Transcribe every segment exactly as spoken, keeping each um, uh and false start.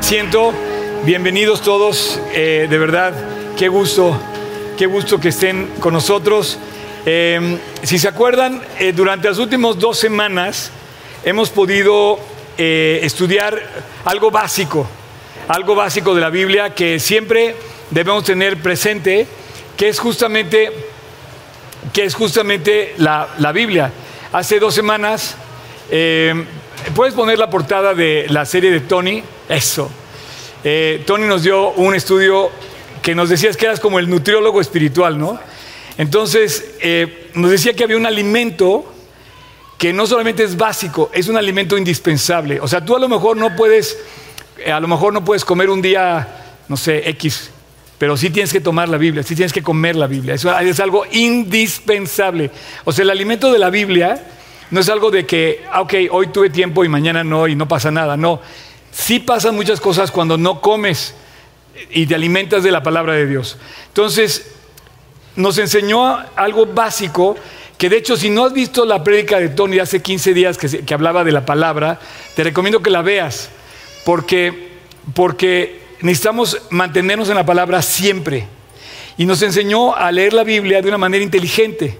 asiento. Bienvenidos todos. Eh, de verdad, qué gusto, qué gusto que estén con nosotros. Eh, si se acuerdan, eh, durante las últimas dos semanas hemos podido eh, estudiar algo básico, algo básico de la Biblia que siempre debemos tener presente, que es justamente, que es justamente la, la Biblia. Hace dos semanas, eh, ¿puedes poner la portada de la serie de Tony? Eso. Eh, Tony nos dio un estudio que nos decía que eras como el nutriólogo espiritual, ¿no? Entonces, eh, nos decía que había un alimento que no solamente es básico, es un alimento indispensable. O sea, tú a lo mejor no puedes, eh, a lo mejor no puedes comer un día, no sé, X, pero sí tienes que tomar la Biblia, sí tienes que comer la Biblia. Eso es algo indispensable. O sea, el alimento de la Biblia no es algo de que, ok, hoy tuve tiempo y mañana no y no pasa nada. No, sí pasan muchas cosas cuando no comes y te alimentas de la palabra de Dios. Entonces, nos enseñó algo básico que, de hecho, si no has visto la prédica de Tony hace quince días que, que hablaba de la palabra, te recomiendo que la veas, porque, porque necesitamos mantenernos en la palabra siempre. Y nos enseñó a leer la Biblia de una manera inteligente,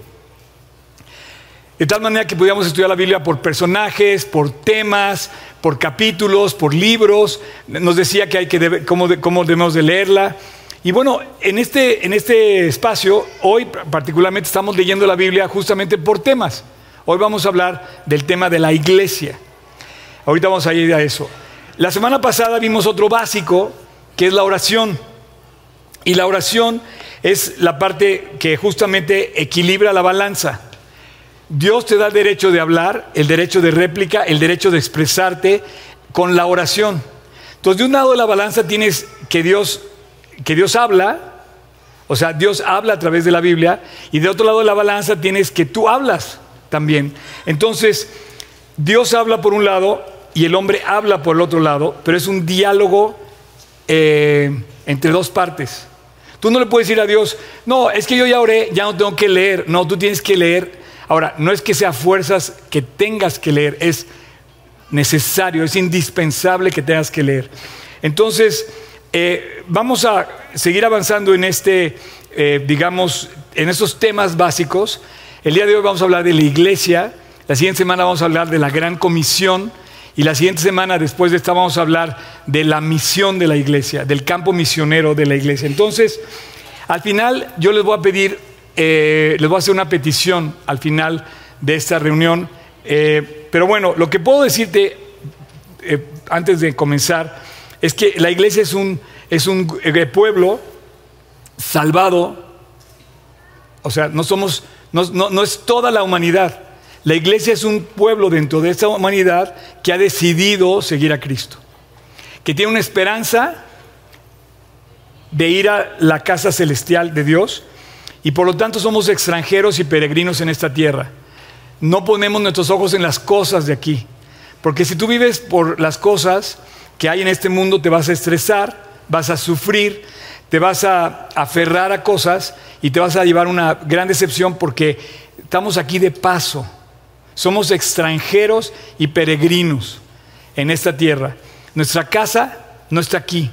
de tal manera que pudiéramos estudiar la Biblia por personajes, por temas, por capítulos, por libros. Nos decía que hay que debe, cómo, de, cómo debemos de leerla. Y bueno, en este, en este espacio, hoy particularmente estamos leyendo la Biblia justamente por temas. Hoy vamos a hablar del tema de la iglesia. Ahorita vamos a ir a eso. La semana pasada vimos otro básico, que es la oración. Y la oración es la parte que justamente equilibra la balanza. Dios te da el derecho de hablar, el derecho de réplica, el derecho de expresarte con la oración. Entonces, de un lado de la balanza tienes que Dios, que Dios habla, o sea, Dios habla a través de la Biblia, y de otro lado de la balanza tienes que tú hablas también. Entonces, Dios habla por un lado y el hombre habla por el otro lado, pero es un diálogo eh, entre dos partes. Tú no le puedes decir a Dios, no, es que yo ya oré, ya no tengo que leer. No, tú tienes que leer. Ahora, no es que sea fuerzas que tengas que leer, es necesario, es indispensable que tengas que leer. Entonces, eh, vamos a seguir avanzando en este, eh, digamos, en estos temas básicos. El día de hoy vamos a hablar de la iglesia, la siguiente semana vamos a hablar de la gran comisión y la siguiente semana, después de esta, vamos a hablar de la misión de la iglesia, del campo misionero de la iglesia. Entonces, al final yo les voy a pedir, Eh, les voy a hacer una petición al final de esta reunión, eh, pero bueno, lo que puedo decirte eh, antes de comenzar es que la iglesia es un, es un eh, pueblo salvado. O sea, no somos, no, no, no es toda la humanidad. La iglesia es un pueblo dentro de esta humanidad que ha decidido seguir a Cristo, que tiene una esperanza de ir a la casa celestial de Dios. Y por lo tanto somos extranjeros y peregrinos en esta tierra. No ponemos nuestros ojos en las cosas de aquí, porque si tú vives por las cosas que hay en este mundo, te vas a estresar, vas a sufrir, te vas a aferrar a cosas y te vas a llevar una gran decepción, porque estamos aquí de paso. Somos extranjeros y peregrinos en esta tierra. Nuestra casa no está aquí.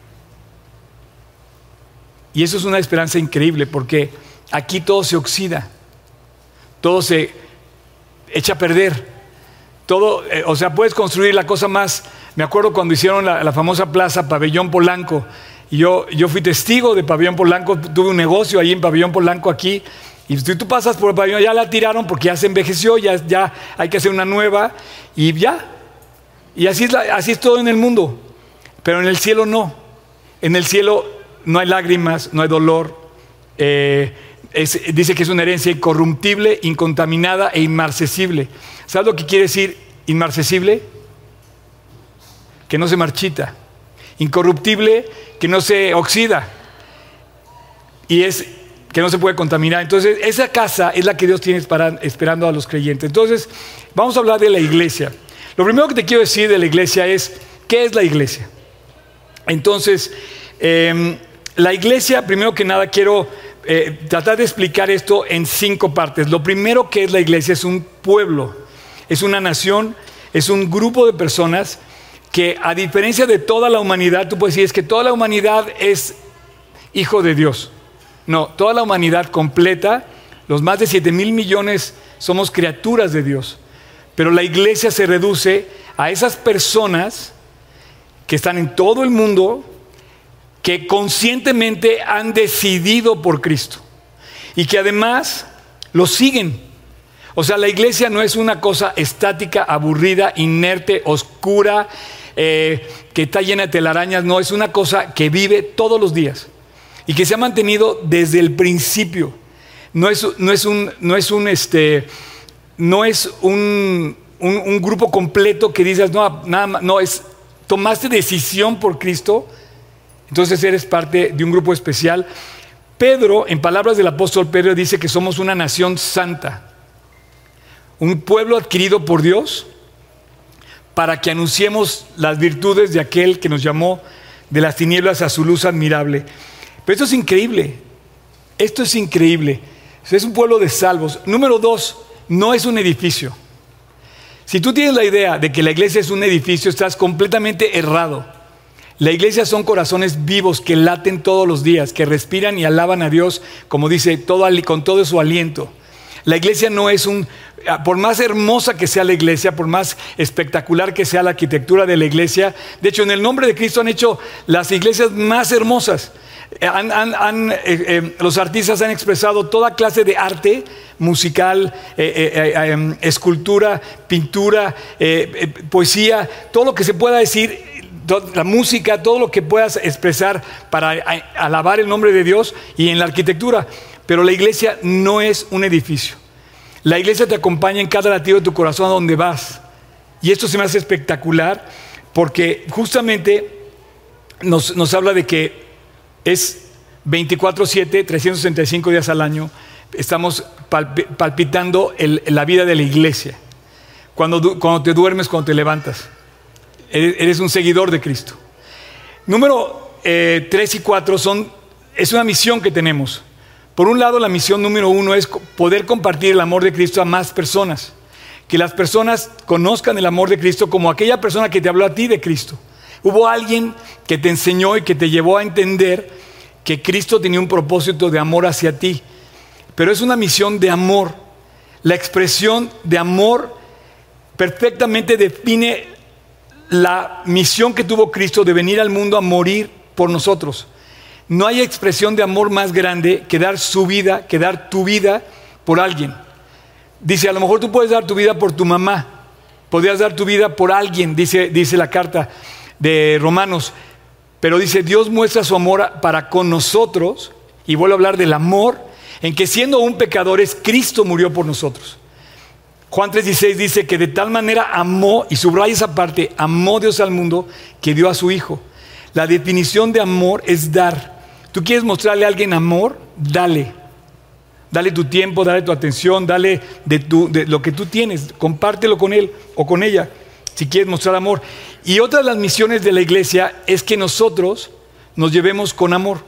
Y eso es una esperanza increíble, porque aquí todo se oxida, todo se echa a perder, todo, eh, o sea, puedes construir la cosa más. Me acuerdo cuando hicieron la, la famosa plaza Pabellón Polanco, y yo, yo fui testigo de Pabellón Polanco, tuve un negocio ahí en Pabellón Polanco aquí, y si tú pasas por el pabellón, ya la tiraron porque ya se envejeció, ya, ya hay que hacer una nueva, y ya, y así es, la, así es todo en el mundo, pero en el cielo no. En el cielo no hay lágrimas, no hay dolor. Eh, es, dice que es una herencia incorruptible, incontaminada e inmarcesible. ¿Sabes lo que quiere decir inmarcesible? Que no se marchita. Incorruptible, que no se oxida. Y es que no se puede contaminar. Entonces, esa casa es la que Dios tiene para, esperando a los creyentes. Entonces, vamos a hablar de la iglesia. Lo primero que te quiero decir de la iglesia es, ¿qué es la iglesia? Entonces, eh, la iglesia, primero que nada, quiero eh, tratar de explicar esto en cinco partes. Lo primero que es la iglesia es un pueblo, es una nación, es un grupo de personas que a diferencia de toda la humanidad, tú puedes decir, es que toda la humanidad es hijo de Dios. No, toda la humanidad completa, los más de siete mil millones, somos criaturas de Dios. Pero la iglesia se reduce a esas personas que están en todo el mundo, que conscientemente han decidido por Cristo y que además lo siguen. O sea, la iglesia no es una cosa estática, aburrida, inerte, oscura, eh, que está llena de telarañas. No, es una cosa que vive todos los días y que se ha mantenido desde el principio. No es, no es un, no es un, este, no es un, un, un grupo completo que dices, no, nada más, no, es, tomaste decisión por Cristo, entonces eres parte de un grupo especial. Pedro, en palabras del apóstol Pedro, dice que somos una nación santa, un pueblo adquirido por Dios para que anunciemos las virtudes de aquel que nos llamó de las tinieblas a su luz admirable. Pero esto es increíble, esto es increíble. Es un pueblo de salvos. Número dos, no es un edificio. Si tú tienes la idea de que la iglesia es un edificio, estás completamente errado. La iglesia son corazones vivos que laten todos los días, que respiran y alaban a Dios, como dice, todo, con todo su aliento. La iglesia no es un, por más hermosa que sea la iglesia, por más espectacular que sea la arquitectura de la iglesia, de hecho en el nombre de Cristo han hecho las iglesias más hermosas. Han, han, han, eh, eh, los artistas han expresado toda clase de arte musical, eh, eh, eh, escultura, pintura, eh, eh, poesía, todo lo que se pueda decir, la música, todo lo que puedas expresar para alabar el nombre de Dios, y en la arquitectura. Pero la iglesia no es un edificio. La iglesia te acompaña en cada latido de tu corazón a donde vas. Y esto se me hace espectacular porque justamente nos, nos habla de que es veinticuatro siete, trescientos sesenta y cinco días al año. Estamos palpitando el, la vida de la iglesia. Cuando, cuando te duermes, cuando te levantas. Eres, eres un seguidor de Cristo. Número eh, tres y cuatro son, es una misión que tenemos. Por un lado, la misión número uno es poder compartir el amor de Cristo a más personas. Que las personas conozcan el amor de Cristo como aquella persona que te habló a ti de Cristo. Hubo alguien que te enseñó y que te llevó a entender que Cristo tenía un propósito de amor hacia ti. Pero es una misión de amor. La expresión de amor perfectamente define la misión que tuvo Cristo de venir al mundo a morir por nosotros. No hay expresión de amor más grande que dar su vida, que dar tu vida por alguien. Dice, a lo mejor tú puedes dar tu vida por tu mamá, podrías dar tu vida por alguien, dice, dice la carta de Romanos, pero dice, Dios muestra su amor para con nosotros, y vuelvo a hablar del amor, en que siendo aún pecadores, Cristo murió por nosotros. Juan tres dieciséis dice que de tal manera amó, y subraya esa parte, amó Dios al mundo, que dio a su Hijo. La definición de amor es dar. ¿Tú quieres mostrarle a alguien amor? Dale. Dale tu tiempo, dale tu atención, dale de, tu, de lo que tú tienes, compártelo con él o con ella, si quieres mostrar amor. Y otra de las misiones de la iglesia es que nosotros nos llevemos con amor.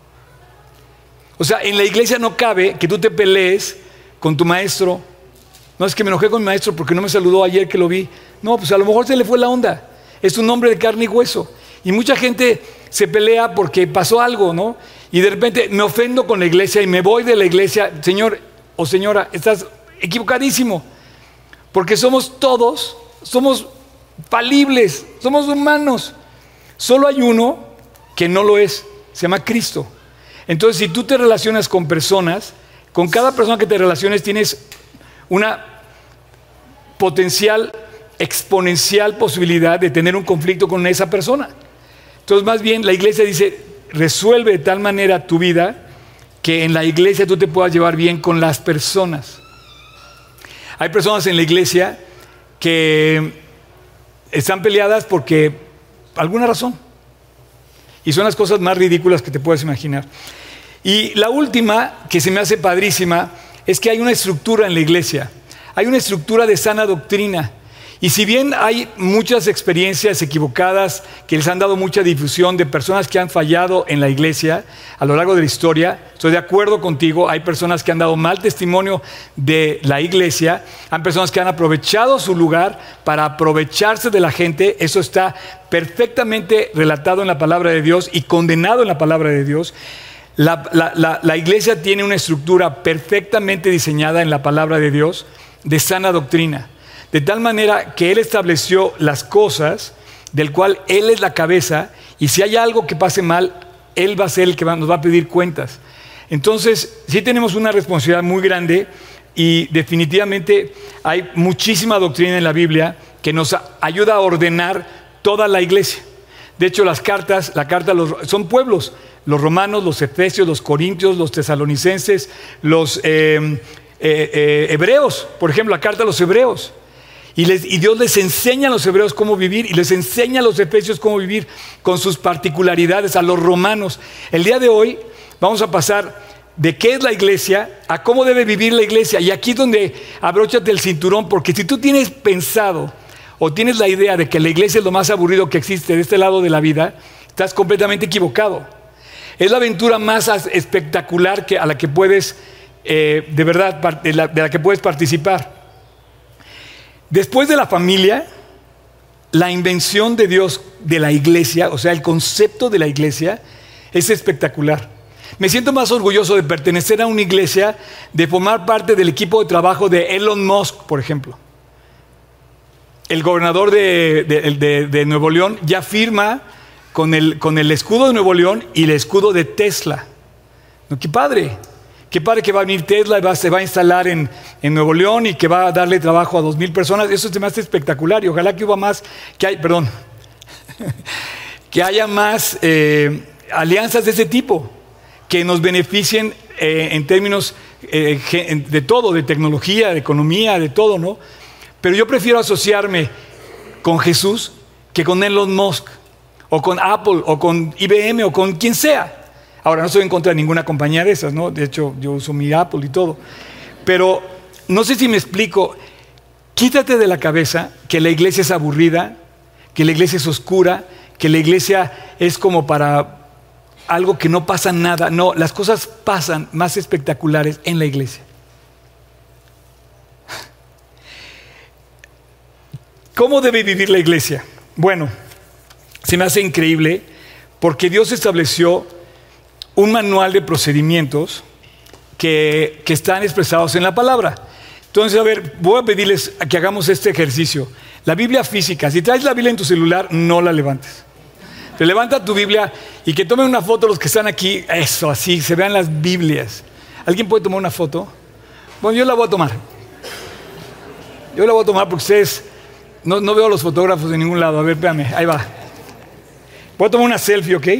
O sea, en la iglesia no cabe que tú te pelees con tu maestro. No, es que me enojé con mi maestro porque no me saludó ayer que lo vi. No, pues a lo mejor se le fue la onda. Es un hombre de carne y hueso. Y mucha gente se pelea porque pasó algo, ¿no? Y de repente me ofendo con la iglesia y me voy de la iglesia. Señor o señora, estás equivocadísimo. Porque somos todos, somos falibles, somos humanos. Solo hay uno que no lo es, se llama Cristo. Entonces, si tú te relacionas con personas, con cada persona que te relaciones tienes una potencial, exponencial posibilidad de tener un conflicto con esa persona. Entonces, más bien, la iglesia dice, resuelve de tal manera tu vida que en la iglesia tú te puedas llevar bien con las personas. Hay personas en la iglesia que están peleadas porque alguna razón. Y son las cosas más ridículas que te puedes imaginar. Y la última, que se me hace padrísima, es que hay una estructura en la iglesia. Hay una estructura de sana doctrina. Y si bien hay muchas experiencias equivocadas que les han dado mucha difusión de personas que han fallado en la iglesia a lo largo de la historia, estoy de acuerdo contigo, hay personas que han dado mal testimonio de la iglesia, hay personas que han aprovechado su lugar para aprovecharse de la gente, eso está perfectamente relatado en la palabra de Dios y condenado en la palabra de Dios. La, la, la, la iglesia tiene una estructura perfectamente diseñada en la palabra de Dios de sana doctrina. De tal manera que Él estableció las cosas del cual Él es la cabeza, y si hay algo que pase mal, Él va a ser el que va, nos va a pedir cuentas. Entonces, sí tenemos una responsabilidad muy grande y definitivamente hay muchísima doctrina en la Biblia que nos ayuda a ordenar toda la iglesia. De hecho, las cartas, la carta los, son pueblos, los romanos, los efesios, los corintios, los tesalonicenses, los eh, eh, eh, hebreos, por ejemplo, la carta a los hebreos. Y, les, y Dios les enseña a los hebreos cómo vivir y les enseña a los efesios cómo vivir con sus particularidades, a los romanos. El día de hoy vamos a pasar de qué es la iglesia a cómo debe vivir la iglesia. Y aquí es donde abróchate el cinturón, porque si tú tienes pensado o tienes la idea de que la iglesia es lo más aburrido que existe de este lado de la vida, estás completamente equivocado. Es la aventura más espectacular que, a la que puedes, eh, de verdad, de la, de la que puedes participar. Después de la familia, la invención de Dios de la iglesia, o sea, el concepto de la iglesia, es espectacular. Me siento más orgulloso de pertenecer a una iglesia, de formar parte del equipo de trabajo de Elon Musk, por ejemplo. El gobernador de, de, de, de Nuevo León ya firma con el, con el escudo de Nuevo León y el escudo de Tesla. ¿No? ¡Qué padre! Qué padre que va a venir Tesla y va, se va a instalar en, en Nuevo León y que va a darle trabajo a dos mil personas. Eso se me hace espectacular y ojalá que huba más, que hay, perdón, que haya más eh, alianzas de ese tipo que nos beneficien eh, en términos eh, de todo, de tecnología, de economía, de todo, ¿no? Pero yo prefiero asociarme con Jesús que con Elon Musk o con Apple o con I B M o con quien sea. Ahora, no estoy en contra de ninguna compañía de esas, ¿no? De hecho, yo uso mi Apple y todo. Pero no sé si me explico. Quítate de la cabeza que la iglesia es aburrida, que la iglesia es oscura, que la iglesia es como para algo que no pasa nada. No, las cosas pasan más espectaculares en la iglesia. ¿Cómo debe vivir la iglesia? Bueno, se me hace increíble porque Dios estableció un manual de procedimientos que, que están expresados en la palabra. Entonces, a ver, voy a pedirles que hagamos este ejercicio. La Biblia física, si traes la Biblia en tu celular, no la levantes. Te levanta tu Biblia y que tomen una foto los que están aquí, eso, así, se vean las Biblias. ¿Alguien puede tomar una foto? Bueno, yo la voy a tomar. Yo la voy a tomar porque ustedes, no, no veo a los fotógrafos de ningún lado. A ver, espérame, ahí va. Voy a tomar una selfie, ¿ok?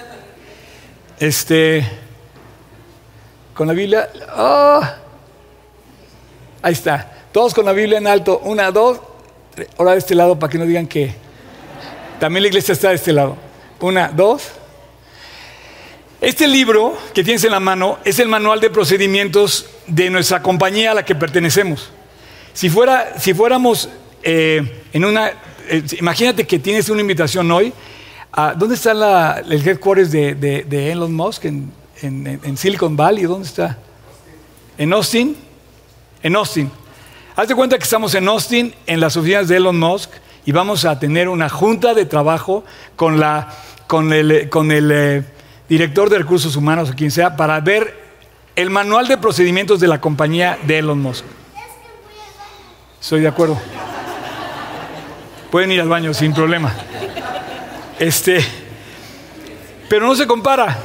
Este, con la Biblia, oh, ahí está, todos con la Biblia en alto, una, dos, tres. Ahora de este lado para que no digan que también la iglesia está de este lado, una, dos. Este libro que tienes en la mano es el manual de procedimientos de nuestra compañía a la que pertenecemos. Si fuera, si fuéramos eh, en una, eh, imagínate que tienes una invitación hoy. Uh, ¿Dónde está la, el headquarters de, de, de Elon Musk? En, en, en Silicon Valley. ¿Dónde está? ¿En Austin? En Austin. Haz de cuenta que estamos en Austin, en las oficinas de Elon Musk, y vamos a tener una junta de trabajo con, la, con el, con el eh, director de recursos humanos o quien sea, para ver el manual de procedimientos de la compañía de Elon Musk. Estoy de acuerdo. Pueden ir al baño sin problema. Este, pero no se compara.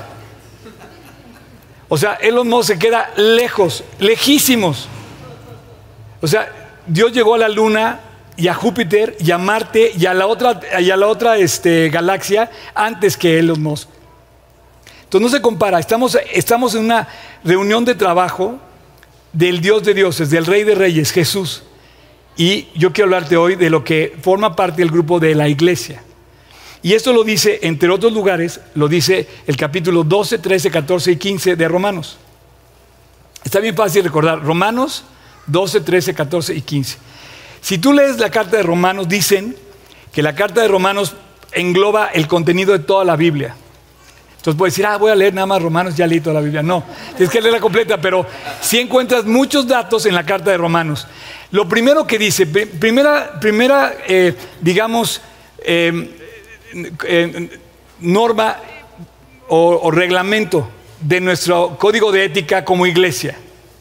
O sea, Elon Musk se queda lejos, lejísimos. O sea, Dios llegó a la Luna y a Júpiter y a Marte y a la otra, y a la otra este, galaxia antes que Elon Musk. Entonces no se compara. Estamos, estamos en una reunión de trabajo del Dios de dioses, del Rey de Reyes, Jesús. Y yo quiero hablarte hoy de lo que forma parte del grupo de la iglesia. Y esto lo dice, entre otros lugares, lo dice el capítulo doce, trece, catorce y quince de Romanos. Está bien fácil recordar, Romanos doce, trece, catorce y quince. Si tú lees la carta de Romanos, dicen que la carta de Romanos engloba el contenido de toda la Biblia. Entonces puedes decir, ah, voy a leer nada más Romanos, ya leí toda la Biblia. No, tienes que leerla completa, pero sí encuentras muchos datos en la carta de Romanos. Lo primero que dice, primera, primera eh, digamos, eh, eh, norma o, o reglamento de nuestro código de ética como iglesia.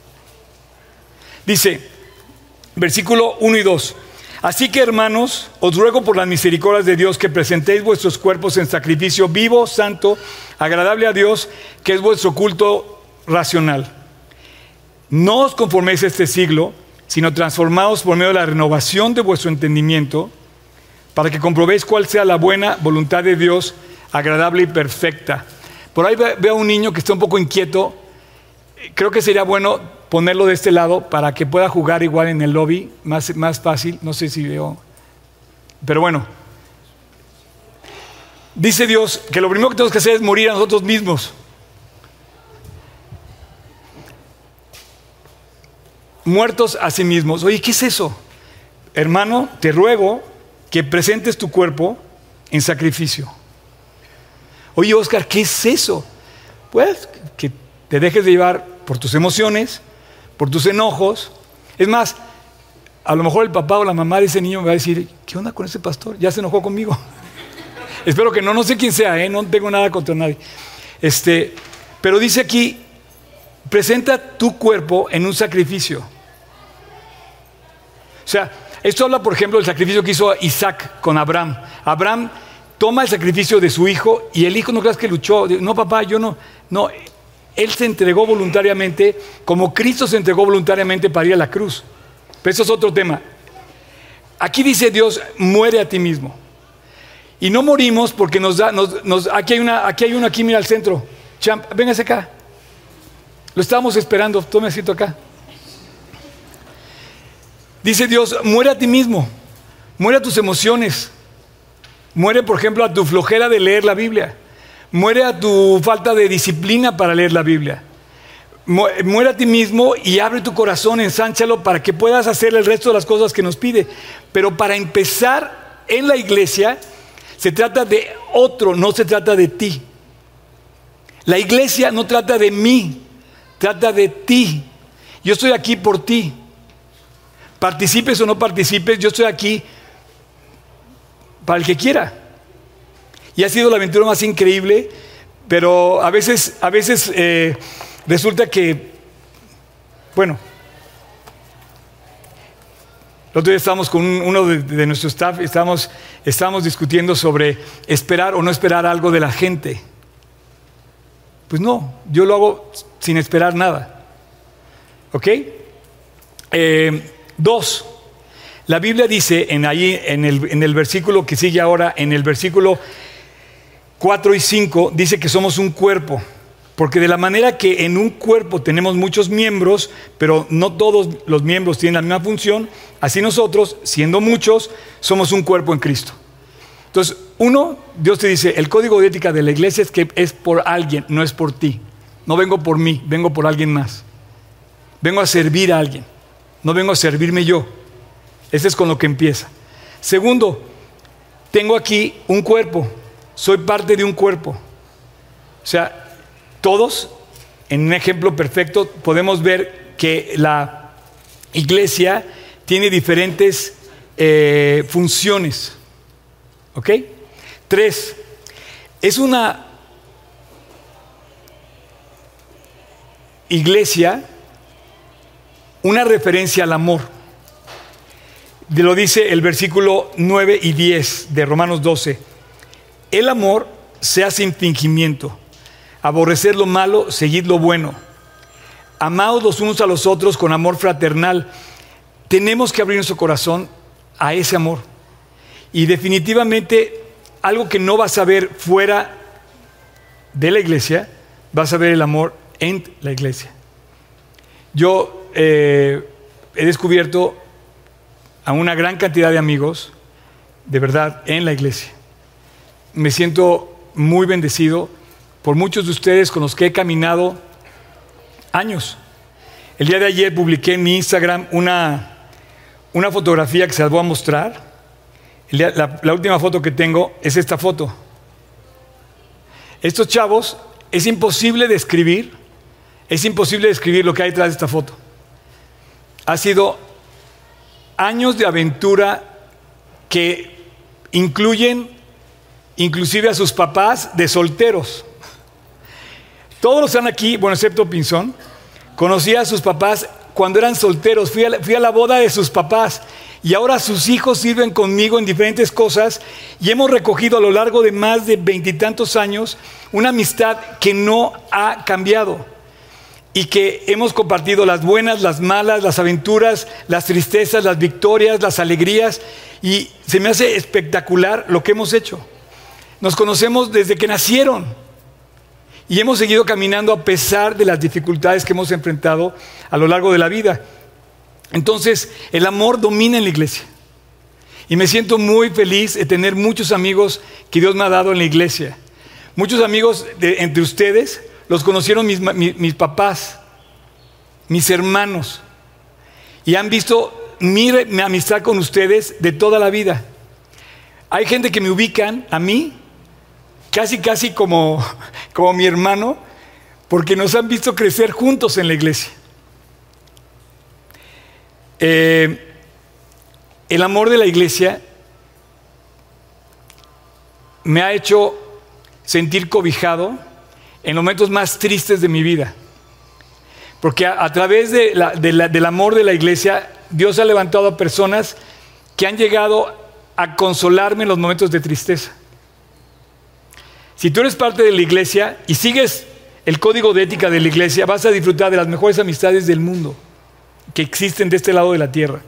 Dice, versículo uno y dos. Así que, hermanos, os ruego por las misericordias de Dios que presentéis vuestros cuerpos en sacrificio vivo, santo, agradable a Dios, que es vuestro culto racional. No os conforméis a este siglo, sino transformaos por medio de la renovación de vuestro entendimiento, para que comprobéis cuál sea la buena voluntad de Dios, agradable y perfecta. Por ahí veo a un niño que está un poco inquieto. Creo que sería bueno ponerlo de este lado para que pueda jugar igual en el lobby, más, más fácil. No sé si veo, pero bueno. Dice Dios que lo primero que tenemos que hacer es morir a nosotros mismos. Muertos a sí mismos. Oye, ¿qué es eso? Hermano, te ruego que presentes tu cuerpo en sacrificio. Oye, Oscar, ¿qué es eso? Pues que te dejes de llevar por tus emociones, por tus enojos. Es más, a lo mejor el papá o la mamá de ese niño me va a decir, ¿qué onda con ese pastor? Ya se enojó conmigo. Espero que no, no sé quién sea, ¿eh? No tengo nada contra nadie. Este, pero dice aquí, presenta tu cuerpo en un sacrificio. O sea, esto habla, por ejemplo, del sacrificio que hizo Isaac con Abraham. Abraham toma el sacrificio de su hijo y el hijo no creas que luchó. No, papá, yo no. No, él se entregó voluntariamente, como Cristo se entregó voluntariamente para ir a la cruz. Pero eso es otro tema. Aquí dice Dios, muere a ti mismo. Y no morimos porque nos da, nos, nos, aquí hay una, aquí hay uno aquí, mira al centro. Champ, véngase acá. Lo estábamos esperando, tome asiento acá. Dice Dios, muere a ti mismo, muere a tus emociones, muere, por ejemplo, a tu flojera de leer la Biblia, muere a tu falta de disciplina para leer la Biblia, muere a ti mismo y abre tu corazón, ensánchalo para que puedas hacer el resto de las cosas que nos pide. Pero para empezar, en la iglesia se trata de otro, no se trata de ti. La iglesia no trata de mí, trata de ti. Yo estoy aquí por ti. Participes o no participes, yo estoy aquí para el que quiera. Y ha sido la aventura más increíble, pero a veces, a veces eh, resulta que, bueno, el otro día estábamos con uno de, de nuestro staff, estábamos, estábamos discutiendo sobre esperar o no esperar algo de la gente. Pues no, yo lo hago sin esperar nada. ¿Ok? Eh, dos, la Biblia dice en, ahí, en, el, en el versículo que sigue ahora, en el versículo cuatro y cinco, dice que somos un cuerpo. Porque de la manera que en un cuerpo tenemos muchos miembros, pero no todos los miembros tienen la misma función, así nosotros, siendo muchos, somos un cuerpo en Cristo. Entonces, uno, Dios te dice, el código de ética de la iglesia es que es por alguien, no es por ti. No vengo por mí, vengo por alguien más. Vengo a servir a alguien, no vengo a servirme yo. Ese es con lo que empieza. Segundo, tengo aquí un cuerpo, soy parte de un cuerpo. O sea, todos, en un ejemplo perfecto, podemos ver que la iglesia tiene diferentes eh, funciones. ¿Ok? Tres, es una iglesia, una referencia al amor. Lo dice el versículo nueve y diez de Romanos doce. El amor sea sin fingimiento. Aborrecer lo malo, seguid lo bueno. Amaos los unos a los otros con amor fraternal. Tenemos que abrir nuestro corazón a ese amor. Y definitivamente algo que no vas a ver fuera de la iglesia, vas a ver el amor en la iglesia. Yo eh, he descubierto a una gran cantidad de amigos, de verdad, en la iglesia. Me siento muy bendecido por muchos de ustedes con los que he caminado años. El día de ayer publiqué en mi Instagram una, una fotografía que se las voy a mostrar. La, la, la última foto que tengo es esta foto. Estos chavos, es imposible describir, es imposible describir lo que hay detrás de esta foto. Ha sido años de aventura que incluyen inclusive a sus papás de solteros. Todos los que están aquí, bueno, excepto Pinzón, conocí a sus papás cuando eran solteros. Fui a, la, fui a la boda de sus papás y ahora sus hijos sirven conmigo en diferentes cosas y hemos recogido a lo largo de más de veintitantos años una amistad que no ha cambiado y que hemos compartido las buenas, las malas, las aventuras, las tristezas, las victorias, las alegrías, y se me hace espectacular lo que hemos hecho. Nos conocemos desde que nacieron y hemos seguido caminando a pesar de las dificultades que hemos enfrentado a lo largo de la vida. Entonces, el amor domina en la iglesia. Y me siento muy feliz de tener muchos amigos que Dios me ha dado en la iglesia. Muchos amigos de, entre ustedes los conocieron mis, mis, mis papás, mis hermanos, y han visto mi, mi amistad con ustedes de toda la vida. Hay gente que me ubican a mí casi casi como, como mi hermano, porque nos han visto crecer juntos en la iglesia. Eh, el amor de la iglesia me ha hecho sentir cobijado en los momentos más tristes de mi vida, porque a, a través de la, de la, del amor de la iglesia, Dios ha levantado a personas que han llegado a consolarme en los momentos de tristeza. Si tú eres parte de la iglesia y sigues el código de ética de la iglesia, vas a disfrutar de las mejores amistades del mundo que existen de este lado de la tierra.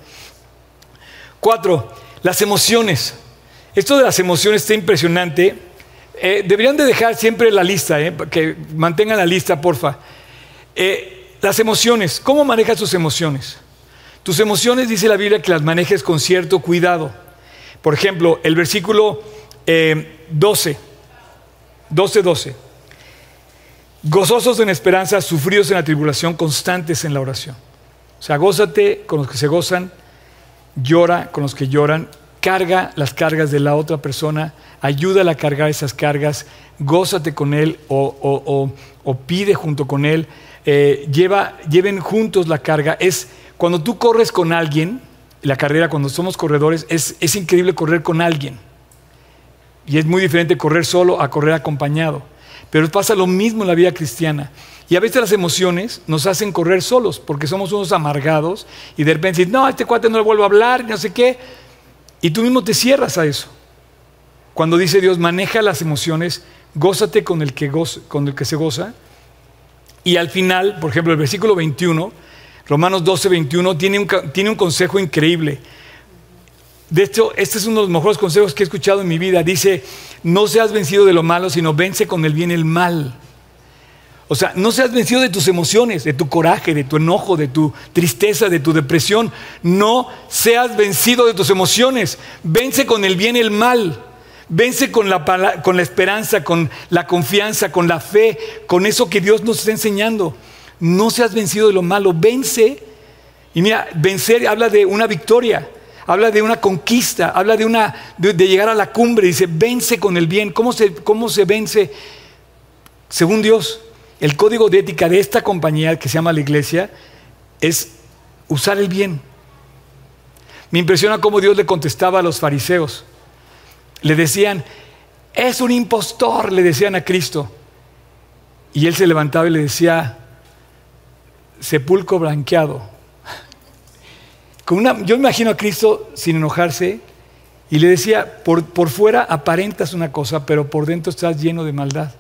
Cuatro, las emociones. Esto de las emociones está impresionante. Eh, deberían de dejar siempre la lista, eh, que mantengan la lista, porfa. Eh, las emociones, ¿cómo manejas tus emociones? Tus emociones, dice la Biblia, que las manejes con cierto cuidado. Por ejemplo, el versículo eh, doce, doce, doce. Gozosos en esperanza, sufridos en la tribulación, constantes en la oración. O sea, gózate con los que se gozan, llora con los que lloran, carga las cargas de la otra persona, ayúdala a cargar esas cargas, gózate con él o, o, o, o pide junto con él, eh, lleva, lleven juntos la carga. Es cuando tú corres con alguien, la carrera, cuando somos corredores, es, es increíble correr con alguien. Y es muy diferente correr solo a correr acompañado. Pero pasa lo mismo en la vida cristiana. Y a veces las emociones nos hacen correr solos, porque somos unos amargados y de repente dices, no, a este cuate no le vuelvo a hablar, no sé qué. Y tú mismo te cierras a eso. Cuando dice Dios, maneja las emociones, gózate con el que, goza, con el que se goza. Y al final, por ejemplo, el versículo veintiuno, Romanos doce, veintiuno, tiene un, tiene un consejo increíble. De hecho, este es uno de los mejores consejos que he escuchado en mi vida. Dice, no seas vencido de lo malo, sino vence con el bien el mal. O sea, no seas vencido de tus emociones, de tu coraje, de tu enojo, de tu tristeza, de tu depresión. No seas vencido de tus emociones. Vence con el bien el mal. Vence con la, con la esperanza, con la confianza, con la fe, con eso que Dios nos está enseñando. No seas vencido de lo malo, vence. Y mira, vencer habla de una victoria, habla de una conquista, habla de, una, de, de llegar a la cumbre. Dice, vence con el bien. ¿Cómo se, cómo se vence? Según Dios, el código de ética de esta compañía que se llama la iglesia es usar el bien. Me impresiona cómo Dios le contestaba a los fariseos. Le decían, es un impostor, le decían a Cristo. Y él se levantaba y le decía, sepulcro blanqueado. Con una, yo imagino a Cristo sin enojarse y le decía, por, por fuera aparentas una cosa, pero por dentro estás lleno de maldad.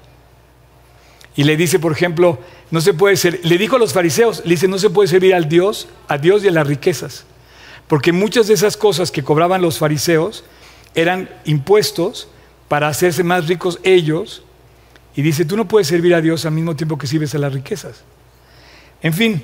Y le dice, por ejemplo, no se puede ser, le dijo a los fariseos, le dice, no se puede servir al Dios, a Dios y a las riquezas. Porque muchas de esas cosas que cobraban los fariseos eran impuestos para hacerse más ricos ellos. Y dice, tú no puedes servir a Dios al mismo tiempo que sirves a las riquezas. En fin,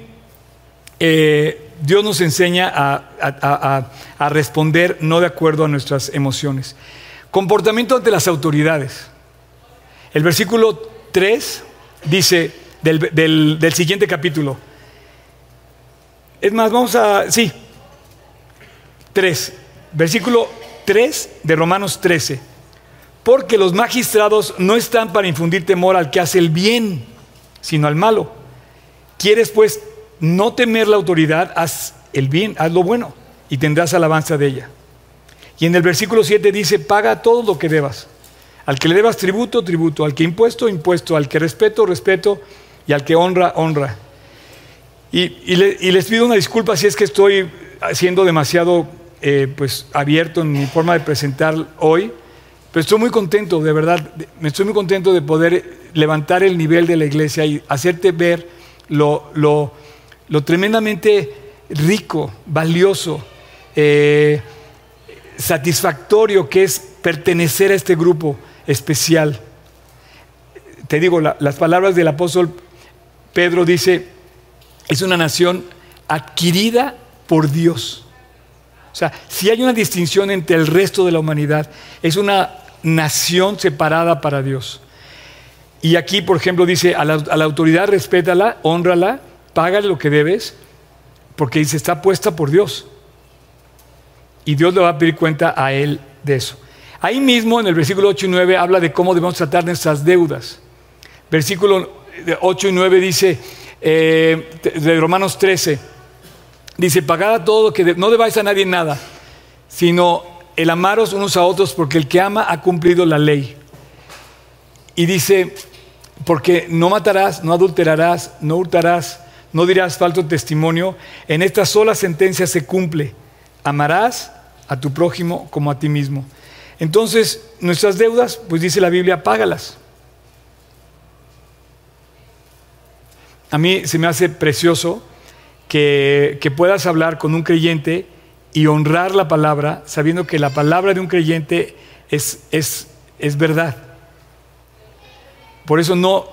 eh, Dios nos enseña a, a, a, a responder no de acuerdo a nuestras emociones. Comportamiento ante las autoridades. El versículo tres dice del, del, del siguiente capítulo. Es más, vamos a... Sí. tres, versículo tres de Romanos trece. Porque los magistrados no están para infundir temor al que hace el bien, sino al malo. ¿Quieres pues no temer la autoridad? Haz el bien, haz lo bueno, y tendrás alabanza de ella. Y en el versículo siete dice, paga todo lo que debas. Al que le debas tributo, tributo. Al que impuesto, impuesto. Al que respeto, respeto. Y al que honra, honra. Y, y, le, y les pido una disculpa si es que estoy siendo demasiado eh, pues, abierto en mi forma de presentar hoy. Pero estoy muy contento, de verdad, me estoy muy contento de poder levantar el nivel de la iglesia y hacerte ver lo, lo, lo tremendamente rico, valioso, eh, satisfactorio que es pertenecer a este grupo especial. Te digo, la, las palabras del apóstol Pedro dice, es una nación adquirida por Dios. O sea, si hay una distinción entre el resto de la humanidad, es una nación separada para Dios. Y aquí, por ejemplo, dice, a la, a la autoridad respétala, hónrala, págale lo que debes, porque dice, está puesta por Dios. Y Dios le va a pedir cuenta a él de eso. Ahí mismo, en el versículo ocho y nueve, habla de cómo debemos tratar nuestras deudas. Versículo ocho y nueve dice, eh, de Romanos trece, dice, pagad a todo lo que de, no debáis a nadie nada, sino el amaros unos a otros, porque el que ama ha cumplido la ley. Y dice, porque no matarás, no adulterarás, no hurtarás, no dirás falso testimonio. En esta sola sentencia se cumple: amarás a tu prójimo como a ti mismo. Entonces, nuestras deudas, pues dice la Biblia, págalas. A mí se me hace precioso que, que puedas hablar con un creyente y honrar la palabra, sabiendo que la palabra de un creyente es, es, es verdad. Por eso no,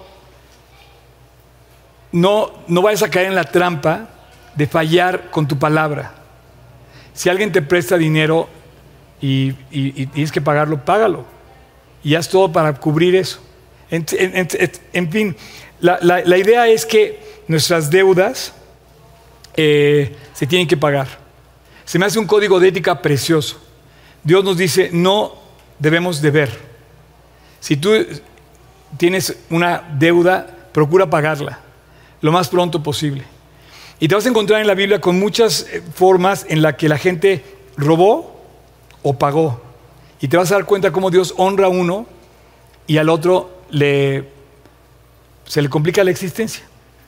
no, no vayas a caer en la trampa de fallar con tu palabra. Si alguien te presta dinero y, y, y tienes que pagarlo, págalo. Y haz todo para cubrir eso. En, en, en, en fin, la, la, la idea es que nuestras deudas eh, se tienen que pagar. Se me hace un código de ética precioso. Dios nos dice, no debemos deber. Si tú tienes una deuda, procura pagarla lo más pronto posible. Y te vas a encontrar en la Biblia con muchas formas en las que la gente robó o pagó. Y te vas a dar cuenta cómo Dios honra a uno y al otro le, se le complica la existencia.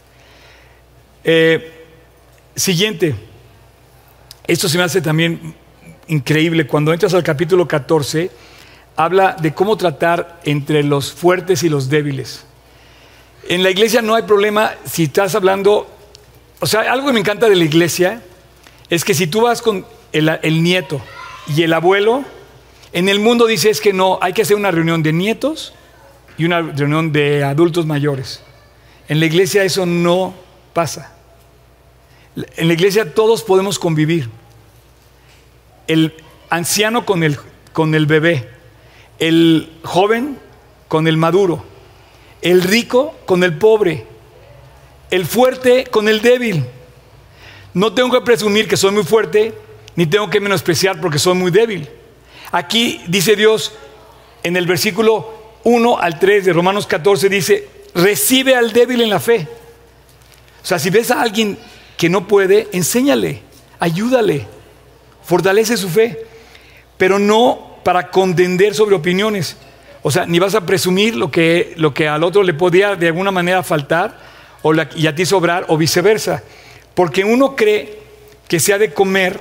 Eh, siguiente. Esto se me hace también increíble. Cuando entras al capítulo catorce, habla de cómo tratar entre los fuertes y los débiles. En la iglesia no hay problema si estás hablando. O sea, algo que me encanta de la iglesia es que si tú vas con el, el nieto y el abuelo, en el mundo dices que no, hay que hacer una reunión de nietos y una reunión de adultos mayores. En la iglesia eso no pasa. En la iglesia todos podemos convivir. El anciano con el, con el bebé, el joven con el maduro, el rico con el pobre, el fuerte con el débil. No tengo que presumir que soy muy fuerte, ni tengo que menospreciar porque soy muy débil. Aquí dice Dios en el versículo uno al tres de Romanos catorce, dice, recibe al débil en la fe. O sea, si ves a alguien que no puede, enséñale, ayúdale, fortalece su fe, pero no para contender sobre opiniones. O sea, ni vas a presumir lo que, lo que al otro le podía de alguna manera faltar o la, y a ti sobrar, o viceversa, porque uno cree que se ha de comer.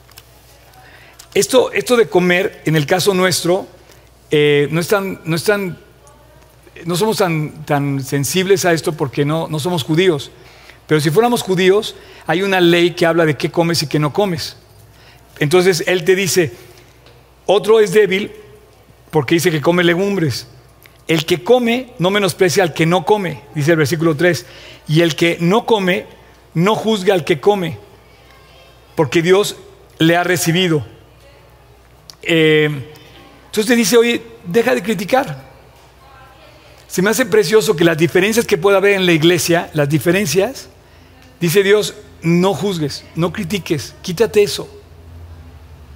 Esto, esto de comer, en el caso nuestro, eh, no es tan, no es tan, no somos tan, tan sensibles a esto porque no, no somos judíos. Pero si fuéramos judíos, hay una ley que habla de qué comes y qué no comes. Entonces él te dice, otro es débil porque dice que come legumbres. El que come no menosprecia al que no come, dice el versículo tres. Y el que no come no juzga al que come, porque Dios le ha recibido. Eh, entonces te dice, oye, deja de criticar. Se me hace precioso que las diferencias que pueda haber en la iglesia, las diferencias, dice Dios, no juzgues, no critiques, quítate eso.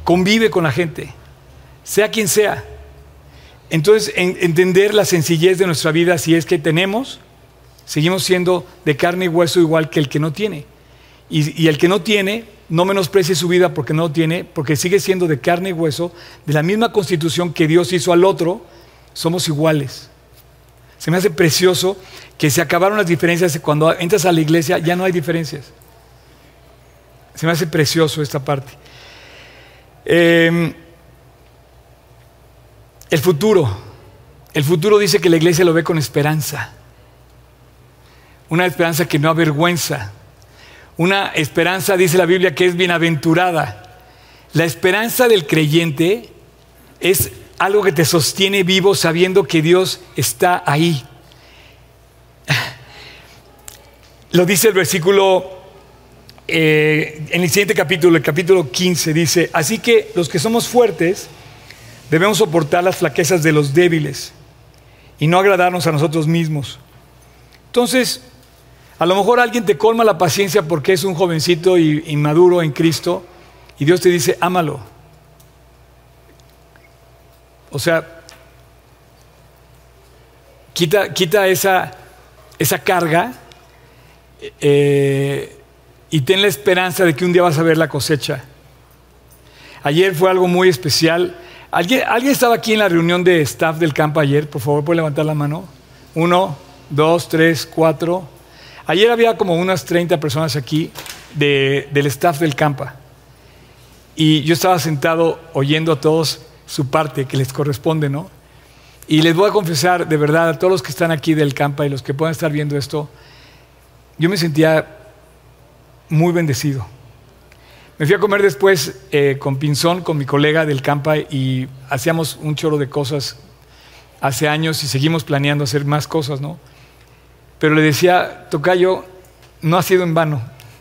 convive con la gente, sea quien sea. Entonces, en, entender la sencillez de nuestra vida, si es que tenemos, seguimos siendo de carne y hueso igual que el que no tiene. Y, y el que no tiene, no menosprecie su vida porque no tiene, porque sigue siendo de carne y hueso, de la misma constitución que Dios hizo al otro, somos iguales. Se me hace precioso que se acabaron las diferencias. Cuando entras a la iglesia ya no hay diferencias. Se me hace precioso esta parte. Eh, el futuro. El futuro dice que la iglesia lo ve con esperanza. Una esperanza que no avergüenza. Una esperanza, dice la Biblia, que es bienaventurada. La esperanza del creyente es algo que te sostiene vivo sabiendo que Dios está ahí. Lo dice el versículo, eh, en el siguiente capítulo, el capítulo quince, dice: así que los que somos fuertes debemos soportar las flaquezas de los débiles y no agradarnos a nosotros mismos. Entonces, a lo mejor alguien te colma la paciencia porque es un jovencito y inmaduro en Cristo, y Dios te dice: ámalo. O sea, quita, quita esa, esa carga eh, y ten la esperanza de que un día vas a ver la cosecha. Ayer fue algo muy especial. ¿Alguien, ¿Alguien estaba aquí en la reunión de staff del campo ayer? Por favor, ¿puede levantar la mano? Uno, dos, tres, cuatro. Ayer había como unas treinta personas aquí de, del staff del campa. Y yo estaba sentado oyendo a todos su parte que les corresponde, ¿no? Y les voy a confesar, de verdad, a todos los que están aquí del campa y los que puedan estar viendo esto, yo me sentía muy bendecido. Me fui a comer después eh, con Pinzón, con mi colega del campa, y hacíamos un chorro de cosas hace años y seguimos planeando hacer más cosas, ¿no? Pero le decía: tocayo, no ha sido en vano.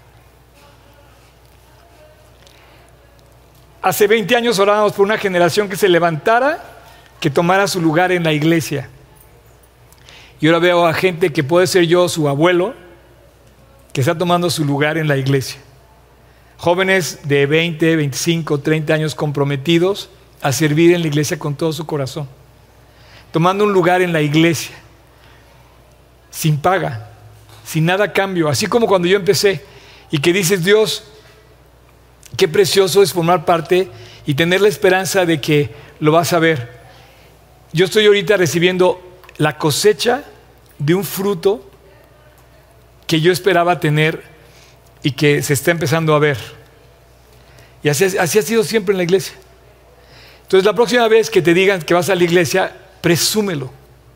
Hace veinte años orábamos por una generación que se levantara, que tomara su lugar en la iglesia. Y ahora veo a gente que puede ser yo, su abuelo, que está tomando su lugar en la iglesia. Jóvenes de veinte, veinticinco, treinta años comprometidos a servir en la iglesia con todo su corazón. Tomando un lugar en la iglesia, sin paga, sin nada a cambio. Así como cuando yo empecé y que dices: Dios, qué precioso es formar parte y tener la esperanza de que lo vas a ver. Yo estoy ahorita recibiendo la cosecha de un fruto que yo esperaba tener y que se está empezando a ver. Y así, así ha sido siempre en la iglesia. Entonces, la próxima vez que te digan que vas a la iglesia, presúmelo.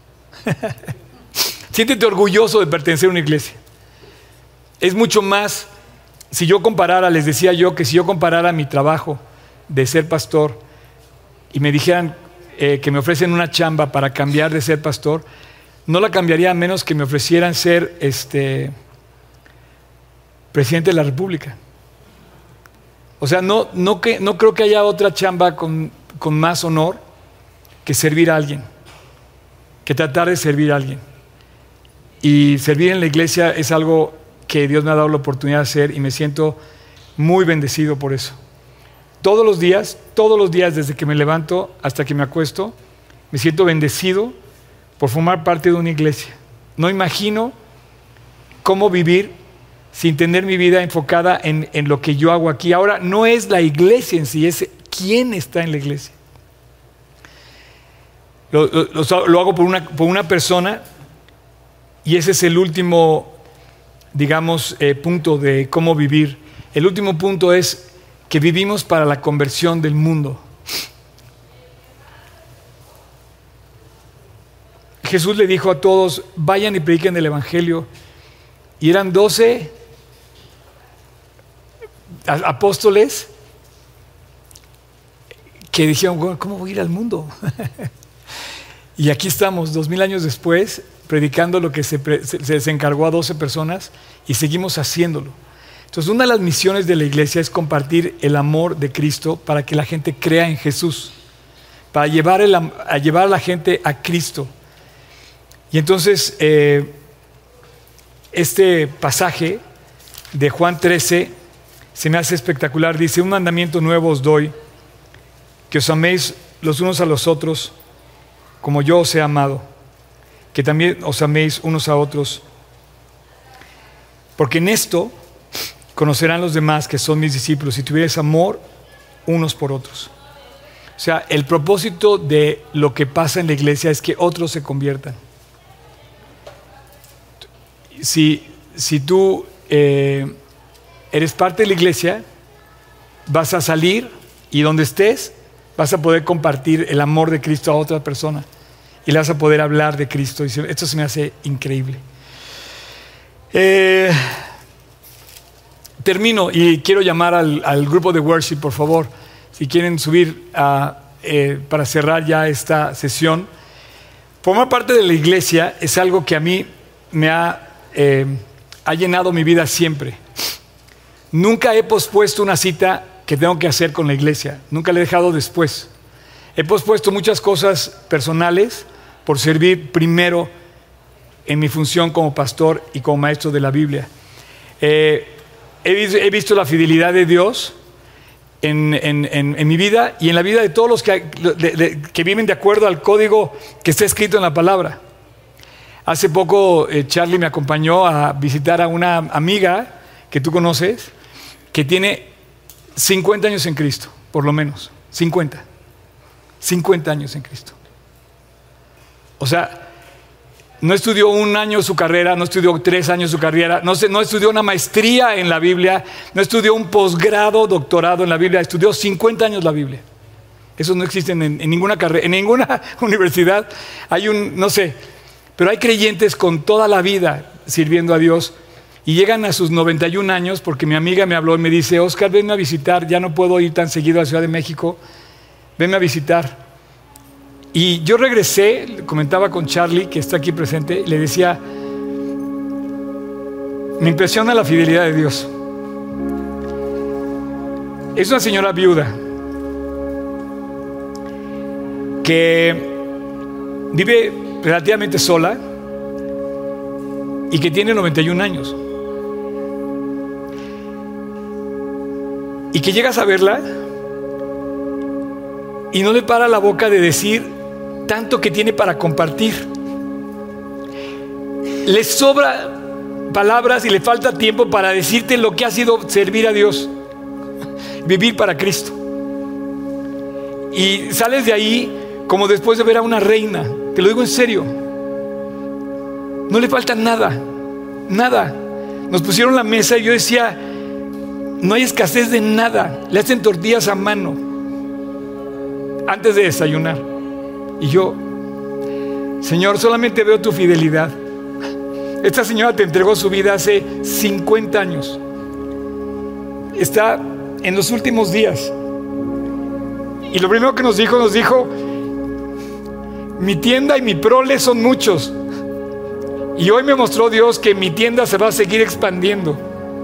Siéntete orgulloso de pertenecer a una iglesia. Es mucho más. Si yo comparara, les decía yo que si yo comparara mi trabajo de ser pastor y me dijeran eh, que me ofrecen una chamba para cambiar de ser pastor, no la cambiaría a menos que me ofrecieran ser este, presidente de la República. O sea, no, no, que, no creo que haya otra chamba con, con más honor que servir a alguien, que tratar de servir a alguien. Y servir en la iglesia es algo que Dios me ha dado la oportunidad de hacer y me siento muy bendecido por eso. Todos los días, todos los días desde que me levanto hasta que me acuesto, me siento bendecido por formar parte de una iglesia. No imagino cómo vivir sin tener mi vida enfocada en, en lo que yo hago aquí. Ahora, no es la iglesia en sí, es quién está en la iglesia. Lo, lo, lo hago por una, por una persona, y ese es el último, digamos, eh, punto de cómo vivir. El último punto es que vivimos para la conversión del mundo. Jesús le dijo a todos: vayan y prediquen el evangelio. Y eran doce apóstoles que dijeron: ¿cómo voy a ir al mundo? Y aquí estamos, dos mil años después, predicando lo que se, se, se encargó a doce personas, y seguimos haciéndolo. Entonces, una de las misiones de la iglesia es compartir el amor de Cristo para que la gente crea en Jesús, para llevar, el, a, llevar a la gente a Cristo. Y entonces, eh, este pasaje de Juan trece se me hace espectacular. Dice: un mandamiento nuevo os doy, que os améis los unos a los otros como yo os he amado, que también os améis unos a otros, porque en esto conocerán los demás que son mis discípulos, si tuvierais amor unos por otros. O sea, el propósito de lo que pasa en la iglesia es que otros se conviertan. Si, si tú eh, eres parte de la iglesia, vas a salir y donde estés vas a poder compartir el amor de Cristo a otra persona y le vas a poder hablar de Cristo. Y esto se me hace increíble. Eh, termino y quiero llamar al, al grupo de worship, por favor, si quieren subir a, eh, para cerrar ya esta sesión. Formar parte de la iglesia es algo que a mí me ha, eh, ha llenado mi vida siempre. Nunca he pospuesto una cita que tengo que hacer con la iglesia, nunca la he dejado después. He pospuesto muchas cosas personales por servir primero en mi función como pastor y como maestro de la Biblia. Eh, he, he visto la fidelidad de Dios en, en, en, en mi vida y en la vida de todos los que, de, de, que viven de acuerdo al código que está escrito en la palabra. Hace poco eh, Charlie me acompañó a visitar a una amiga que tú conoces, que tiene cincuenta años en Cristo, por lo menos, cincuenta. cincuenta años en Cristo. O sea, no estudió un año su carrera, no estudió tres años su carrera, no, se, no estudió una maestría en la Biblia, no estudió un posgrado, doctorado en la Biblia, estudió cincuenta años la Biblia. Eso no existe en, en ninguna carrera, en ninguna universidad. Hay un, no sé, pero hay creyentes con toda la vida sirviendo a Dios y llegan a sus noventa y un años, porque mi amiga me habló y me dice: Oscar, venme a visitar, ya no puedo ir tan seguido a la Ciudad de México, venme a visitar. Y yo regresé, comentaba con Charlie, que está aquí presente, y le decía: me impresiona la fidelidad de Dios. Es una señora viuda que vive relativamente sola y que tiene noventa y un años. Y que llegas a verla y no le para la boca de decir tanto que tiene para compartir. Le sobra palabras y le falta tiempo para decirte lo que ha sido servir a Dios, vivir para Cristo. Y sales de ahí como después de ver a una reina. Te lo digo en serio. No le falta nada, nada. Nos pusieron la mesa y yo decía: no hay escasez de nada. Le hacen tortillas a mano antes de desayunar. Y yo: Señor, solamente veo tu fidelidad. Esta señora te entregó su vida hace cincuenta años. Está en los últimos días. Y lo primero que nos dijo, nos dijo: mi tienda y mi prole son muchos. Y hoy me mostró Dios que mi tienda se va a seguir expandiendo.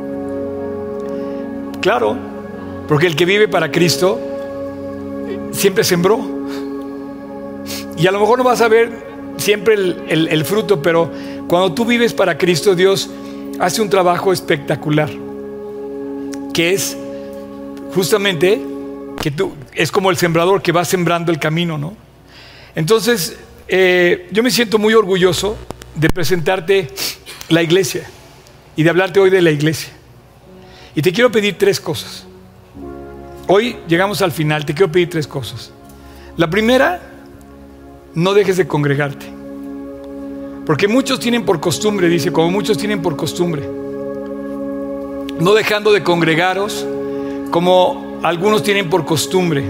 Claro, porque el que vive para Cristo siempre sembró. Y a lo mejor no vas a ver siempre el, el, el fruto, pero cuando tú vives para Cristo, Dios hace un trabajo espectacular, que es justamente que tú, es como el sembrador que va sembrando el camino, ¿no? Entonces, eh, yo me siento muy orgulloso de presentarte la iglesia y de hablarte hoy de la iglesia. Y te quiero pedir tres cosas. Hoy llegamos al final, te quiero pedir tres cosas. La primera: no dejes de congregarte, porque muchos tienen por costumbre, dice, como muchos tienen por costumbre, no dejando de congregaros como algunos tienen por costumbre.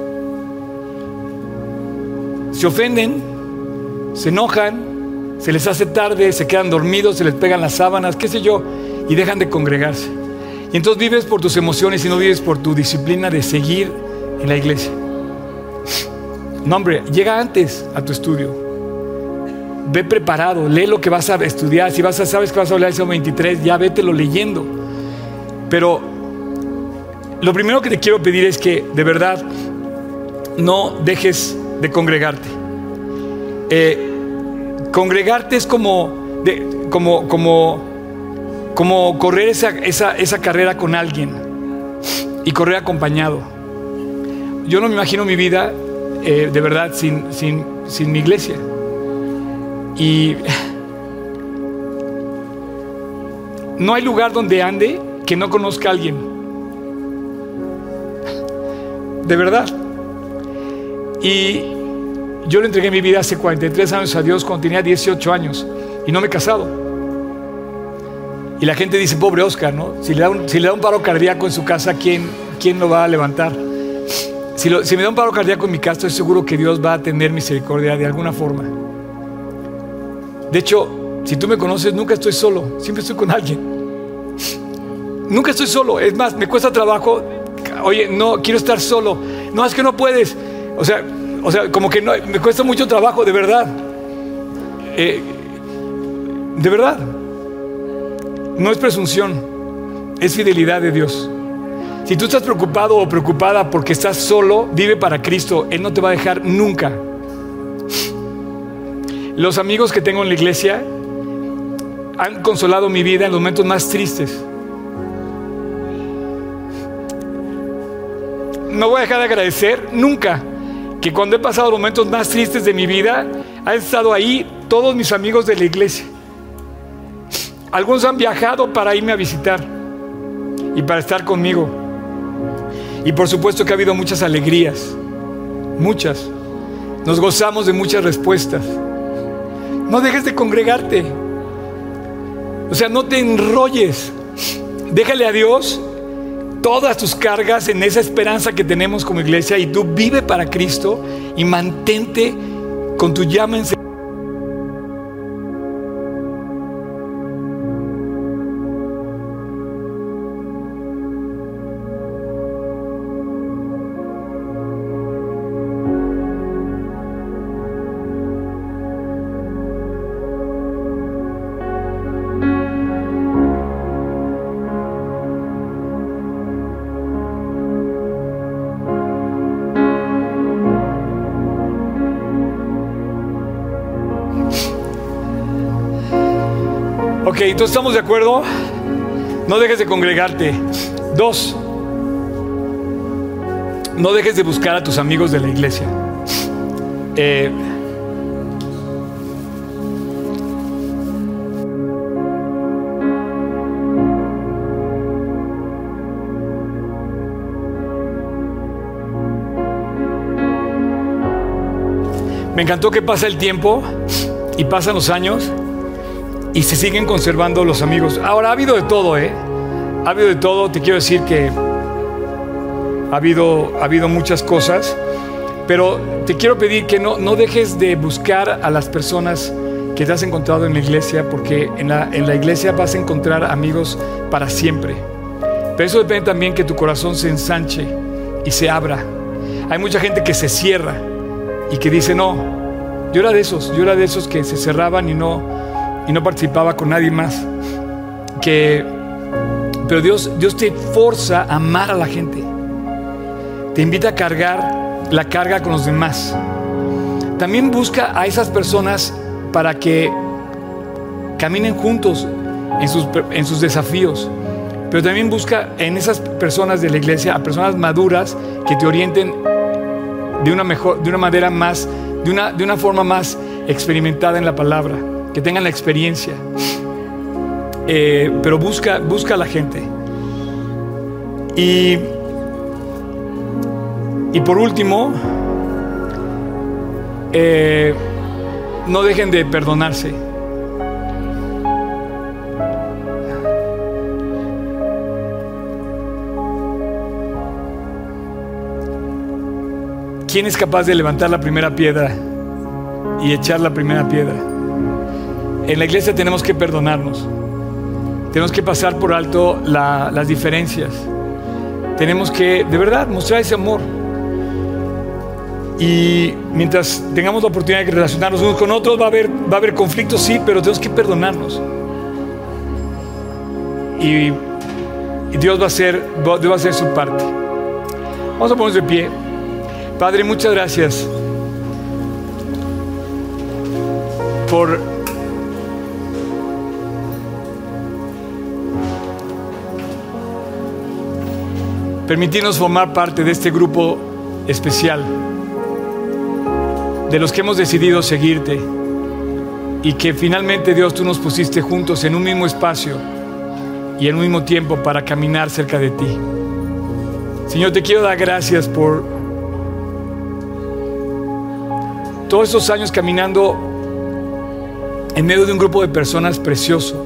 Se ofenden, se enojan, se les hace tarde, se quedan dormidos, se les pegan las sábanas, qué sé yo, y dejan de congregarse. Y entonces vives por tus emociones y no vives por tu disciplina de seguir en la iglesia. No, hombre, llega antes a tu estudio. Ve preparado, lee lo que vas a estudiar. Si vas a, sabes que vas a hablar del Salmo veintitrés, ya vételo leyendo. Pero lo primero que te quiero pedir es que de verdad no dejes de congregarte. Eh, congregarte es como, de, como, como, como correr esa, esa, esa carrera con alguien y correr acompañado. yo no me imagino mi vida eh, de verdad sin, sin, sin mi iglesia. Y no hay lugar donde ande que no conozca a alguien. De verdad. Y yo le entregué mi vida hace cuarenta y tres años a Dios cuando tenía dieciocho años y no me he casado. Y la gente dice, pobre Oscar, ¿no? Si le da un, si le da un paro cardíaco en su casa, ¿quién, quién lo va a levantar? Si, lo, si me da un paro cardíaco en mi casa, estoy seguro que Dios va a tener misericordia de alguna forma. De hecho, si tú me conoces, nunca estoy solo, siempre estoy con alguien. Nunca estoy solo, es más, me cuesta trabajo. Oye, no, quiero estar solo. No, es que no puedes. O sea, o sea como que no, me cuesta mucho trabajo, de verdad. Eh, de verdad. No es presunción, es fidelidad de Dios. Si tú estás preocupado o preocupada porque estás solo, vive para Cristo. Él no te va a dejar nunca. Los amigos que tengo en la iglesia han consolado mi vida en los momentos más tristes. No voy a dejar de agradecer nunca que cuando he pasado los momentos más tristes de mi vida, han estado ahí todos mis amigos de la iglesia. Algunos han viajado para irme a visitar y para estar conmigo. Y por supuesto que ha habido muchas alegrías, muchas. Nos gozamos de muchas respuestas. No dejes de congregarte. O sea, no te enrolles. Déjale a Dios todas tus cargas en esa esperanza que tenemos como iglesia, y tú vive para Cristo y mantente con tu llama encendida. Ok, entonces estamos de acuerdo. No dejes de congregarte. Dos, no dejes de buscar a tus amigos de la iglesia. Eh, me encantó que pasa el tiempo y pasan los años y se siguen conservando los amigos. Ahora, ha habido de todo, ¿eh? Ha habido de todo. Te quiero decir que ha habido, ha habido muchas cosas, pero te quiero pedir que no, no dejes de buscar a las personas que te has encontrado en la iglesia, porque en la, en la iglesia vas a encontrar amigos para siempre. Pero eso depende también que tu corazón se ensanche y se abra. Hay mucha gente que se cierra y que dice, no, yo era de esos, yo era de esos que se cerraban y no... y no participaba con nadie más. Que, pero Dios, Dios te forza a amar a la gente. Te invita a cargar la carga con los demás. También busca a esas personas para que caminen juntos en sus, en sus desafíos. Pero también busca en esas personas de la iglesia a personas maduras que te orienten de una mejor, de una manera más, de una, de una forma más experimentada en la palabra, que tengan la experiencia. Eh, pero busca, busca a la gente. Y, y por último, eh, no dejen de perdonarse. ¿Quién es capaz de levantar la primera piedra y echar la primera piedra? En la iglesia tenemos que perdonarnos. Tenemos que pasar por alto la, las diferencias. Tenemos que, de verdad, mostrar ese amor. Y mientras tengamos la oportunidad de relacionarnos unos con otros, va a haber, va a haber conflictos, sí, pero tenemos que perdonarnos. Y, y Dios va a hacer, Dios va a hacer su parte. Vamos a ponernos de pie. Padre, muchas gracias por permitirnos formar parte de este grupo especial de los que hemos decidido seguirte y que finalmente, Dios, tú nos pusiste juntos en un mismo espacio y en un mismo tiempo para caminar cerca de ti. Señor, te quiero dar gracias por todos estos años caminando en medio de un grupo de personas precioso,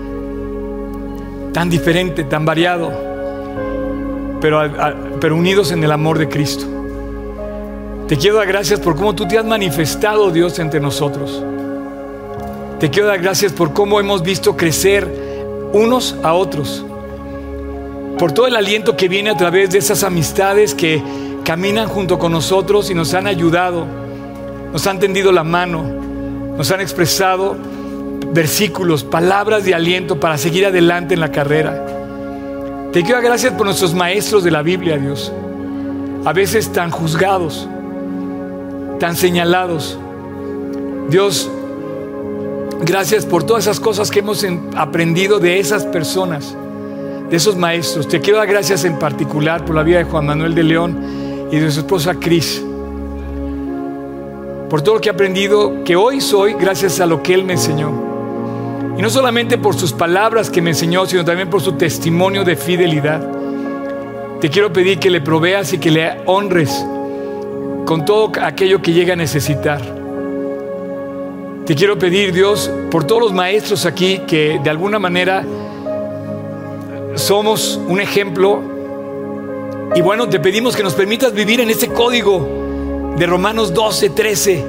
tan diferente, tan variado, pero, pero unidos en el amor de Cristo. Te quiero dar gracias por cómo tú te has manifestado, Dios, entre nosotros. Te quiero dar gracias por cómo hemos visto crecer unos a otros, por todo el aliento que viene a través de esas amistades que caminan junto con nosotros y nos han ayudado, nos han tendido la mano, nos han expresado versículos, palabras de aliento para seguir adelante en la carrera. Te quiero dar gracias por nuestros maestros de la Biblia, Dios, a veces tan juzgados, tan señalados. Dios, gracias por todas esas cosas que hemos aprendido de esas personas, de esos maestros. Te quiero dar gracias en particular por la vida de Juan Manuel de León y de su esposa Cris, por todo lo que he aprendido, que hoy soy gracias a lo que él me enseñó. Y no solamente por sus palabras que me enseñó, sino también por su testimonio de fidelidad. Te quiero pedir que le proveas y que le honres con todo aquello que llegue a necesitar. Te quiero pedir, Dios, por todos los maestros aquí que de alguna manera somos un ejemplo. Y bueno, te pedimos que nos permitas vivir en ese código de Romanos doce, trece,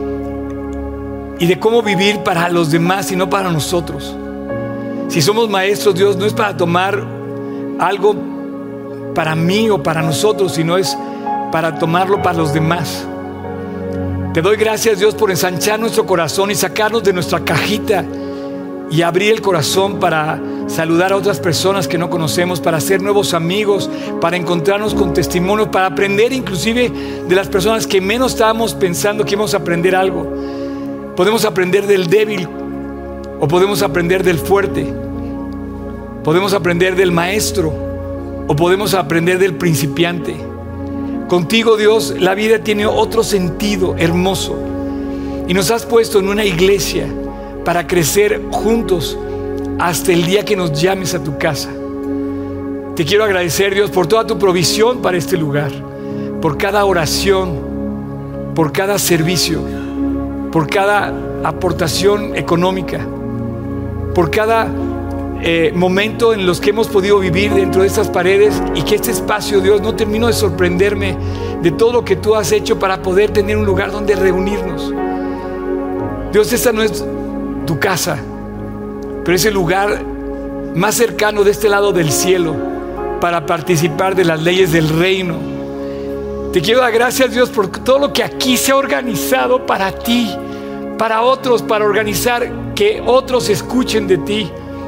y de cómo vivir para los demás y no para nosotros. Si somos maestros, Dios, no es para tomar algo para mí o para nosotros, sino es para tomarlo para los demás. Te doy gracias, Dios, por ensanchar nuestro corazón y sacarnos de nuestra cajita y abrir el corazón para saludar a otras personas que no conocemos, para hacer nuevos amigos, para encontrarnos con testimonios, para aprender inclusive de las personas que menos estábamos pensando que íbamos a aprender algo. Podemos aprender del débil o podemos aprender del fuerte. Podemos aprender del maestro o podemos aprender del principiante. Contigo, Dios, la vida tiene otro sentido hermoso y nos has puesto en una iglesia para crecer juntos hasta el día que nos llames a tu casa. Te quiero agradecer, Dios, por toda tu provisión para este lugar, por cada oración, por cada servicio, por cada aportación económica, por cada eh, momento en los que hemos podido vivir dentro de estas paredes, y que este espacio, Dios, no termino de sorprenderme de todo lo que tú has hecho para poder tener un lugar donde reunirnos. Dios, esta no es tu casa, pero es el lugar más cercano de este lado del cielo para participar de las leyes del reino. Te quiero dar gracias, Dios, por todo lo que aquí se ha organizado para ti, para otros, para organizar que otros escuchen de ti.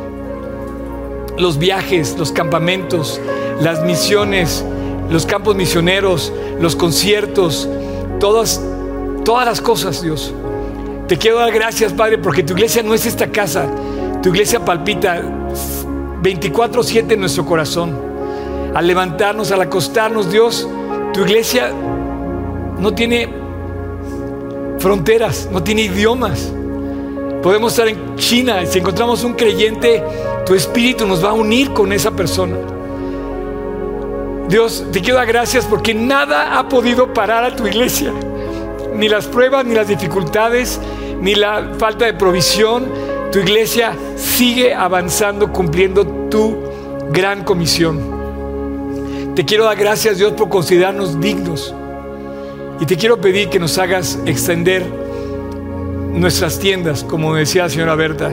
Los viajes, los campamentos, las misiones, los campos misioneros, los conciertos, todas, todas las cosas, Dios. Te quiero dar gracias, Padre, porque tu iglesia no es esta casa. Tu iglesia palpita veinticuatro siete en nuestro corazón. Al levantarnos, al acostarnos, Dios, tu iglesia no tiene fronteras, no tiene idiomas. Podemos estar en China y si encontramos un creyente, tu espíritu nos va a unir con esa persona. Dios, te quiero dar gracias porque nada ha podido parar a tu iglesia. Ni las pruebas, ni las dificultades, ni la falta de provisión. Tu iglesia sigue avanzando, cumpliendo tu gran comisión. Te quiero dar gracias, Dios, por considerarnos dignos. Y te quiero pedir que nos hagas extender nuestras tiendas, como decía la señora Berta,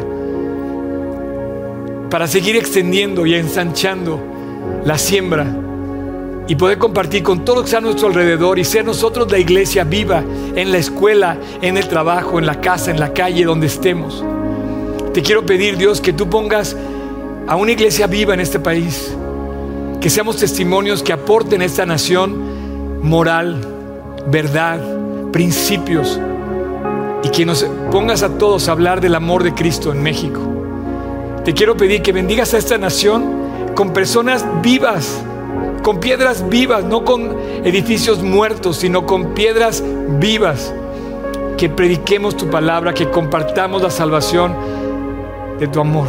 para seguir extendiendo y ensanchando la siembra y poder compartir con todo lo que está a nuestro alrededor y ser nosotros la iglesia viva en la escuela, en el trabajo, en la casa, en la calle, donde estemos. Te quiero pedir, Dios, que tú pongas a una iglesia viva en este país, que seamos testimonios que aporten a esta nación moral, verdad, principios, y que nos pongas a todos a hablar del amor de Cristo en México. Te quiero pedir que bendigas a esta nación con personas vivas, con piedras vivas, no con edificios muertos, sino con piedras vivas. Que prediquemos tu palabra, que compartamos la salvación de tu amor.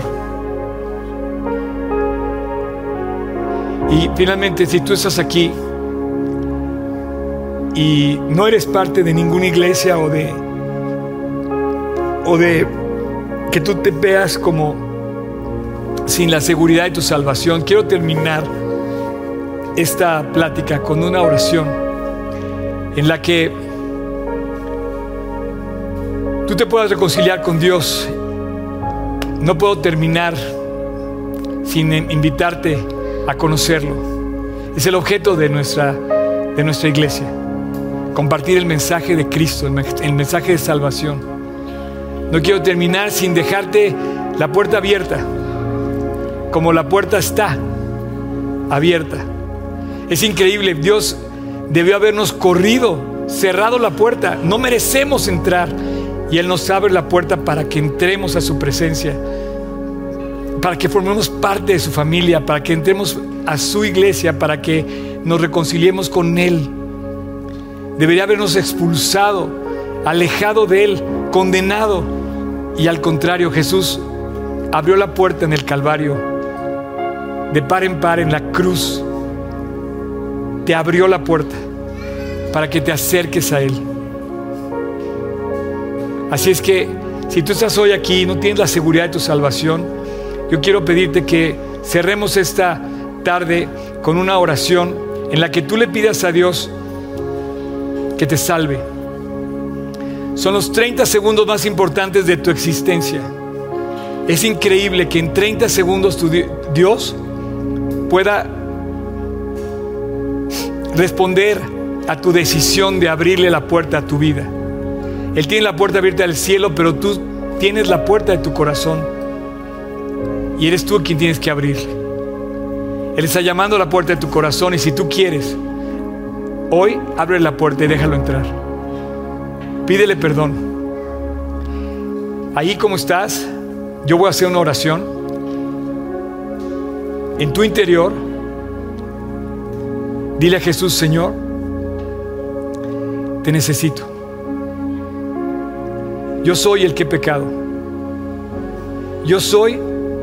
Y finalmente, si tú estás aquí y no eres parte de ninguna iglesia o de, o de que tú te veas como sin la seguridad de tu salvación, quiero terminar esta plática con una oración en la que tú te puedas reconciliar con Dios. No puedo terminar sin invitarte a conocerlo. Es el objeto de nuestra, de nuestra iglesia. Compartir el mensaje de Cristo, el mensaje de salvación. No quiero terminar sin dejarte la puerta abierta, como la puerta está abierta. Es increíble, Dios debió habernos corrido, cerrado la puerta. No merecemos entrar y Él nos abre la puerta para que entremos a su presencia, para que formemos parte de su familia, para que entremos a su iglesia, para que nos reconciliemos con Él. Debería habernos expulsado, alejado de Él, condenado, y al contrario, Jesús abrió la puerta en el Calvario, de par en par en la cruz. Te abrió la puerta para que te acerques a Él. Así es que si tú estás hoy aquí y no tienes la seguridad de tu salvación, yo quiero pedirte que cerremos esta tarde con una oración en la que tú le pidas a Dios que te salve. Son los treinta segundos más importantes de tu existencia. Es increíble que en treinta segundos tu Dios pueda responder a tu decisión de abrirle la puerta a tu vida. Él tiene la puerta abierta del cielo, pero tú tienes la puerta de tu corazón y eres tú quien tienes que abrirle. Él está llamando a la puerta de tu corazón, y si tú quieres, hoy abre la puerta y déjalo entrar. Pídele perdón. Ahí como estás, yo voy a hacer una oración. En tu interior, dile a Jesús: Señor, te necesito. Yo soy el que he pecado. Yo soy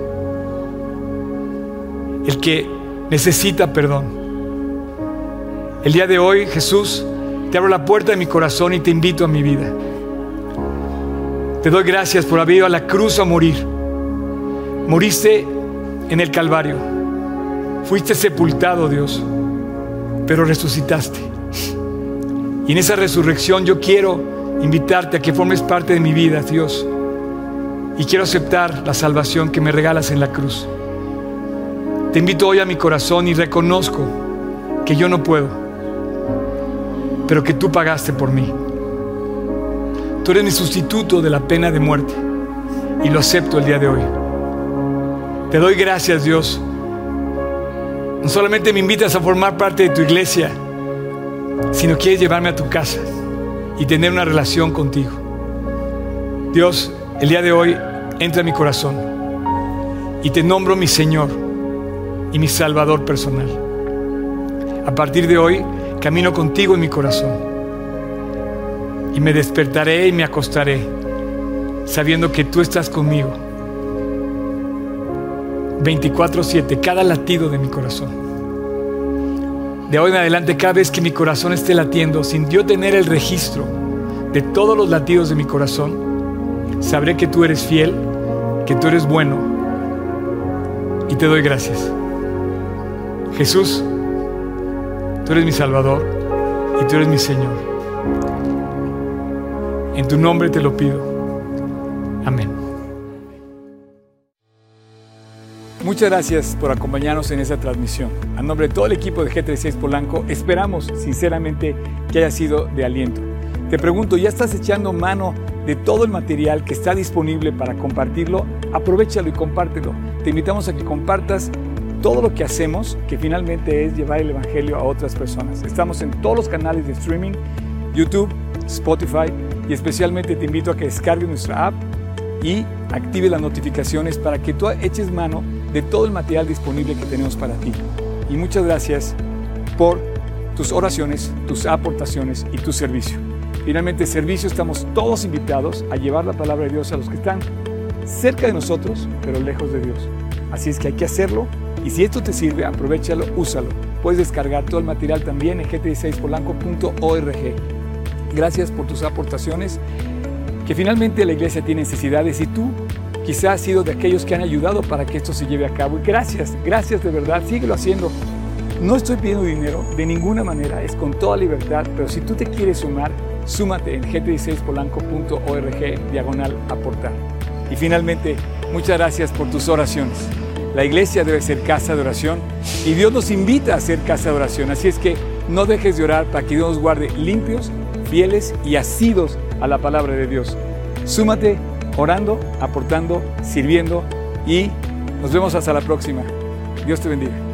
el que necesita perdón. El día de hoy, Jesús, te abro la puerta de mi corazón y te invito a mi vida. Te doy gracias por haber ido a la cruz a morir. Moriste en el Calvario. Fuiste sepultado, Dios, pero resucitaste. Y en esa resurrección yo quiero invitarte a que formes parte de mi vida, Dios. Y quiero aceptar la salvación que me regalas en la cruz. Te invito hoy a mi corazón y reconozco que yo no puedo, pero que tú pagaste por mí. Tú eres mi sustituto de la pena de muerte y lo acepto el día de hoy. Te doy gracias, Dios. No solamente me invitas a formar parte de tu iglesia, sino quieres llevarme a tu casa y tener una relación contigo. Dios, el día de hoy entra a mi corazón y te nombro mi Señor y mi Salvador personal. A partir de hoy camino contigo en mi corazón y me despertaré y me acostaré sabiendo que tú estás conmigo veinticuatro siete, cada latido de mi corazón. De hoy en adelante, cada vez que mi corazón esté latiendo, sin yo tener el registro de todos los latidos de mi corazón, sabré que tú eres fiel, que tú eres bueno, y te doy gracias. Jesús, tú eres mi Salvador y tú eres mi Señor. En tu nombre te lo pido. Amén. Muchas gracias por acompañarnos en esta transmisión. A nombre de todo el equipo de G treinta y seis Polanco, esperamos sinceramente que haya sido de aliento. Te pregunto, ¿ya estás echando mano de todo el material que está disponible para compartirlo? Aprovéchalo y compártelo. Te invitamos a que compartas todo lo que hacemos, que finalmente es llevar el Evangelio a otras personas. Estamos en todos los canales de streaming, YouTube, Spotify, y especialmente te invito a que descargues nuestra app y active las notificaciones para que tú eches mano de todo el material disponible que tenemos para ti. Y muchas gracias por tus oraciones, tus aportaciones y tu servicio. Finalmente, servicio, estamos todos invitados a llevar la palabra de Dios a los que están cerca de nosotros, pero lejos de Dios. Así es que hay que hacerlo, y si esto te sirve, aprovéchalo, úsalo. Puedes descargar todo el material también en g t dieciséis polanco punto org. Gracias por tus aportaciones, que finalmente la iglesia tiene necesidades y tú quizás has sido de aquellos que han ayudado para que esto se lleve a cabo. Y gracias, gracias de verdad, síguelo haciendo. No estoy pidiendo dinero de ninguna manera, es con toda libertad, pero si tú te quieres sumar, súmate en g t dieciséis polanco punto org diagonal aportar. Y finalmente, muchas gracias por tus oraciones. La iglesia debe ser casa de oración y Dios nos invita a ser casa de oración. Así es que no dejes de orar para que Dios nos guarde limpios, fieles y asidos a la palabra de Dios. Súmate orando, aportando, sirviendo y nos vemos hasta la próxima. Dios te bendiga.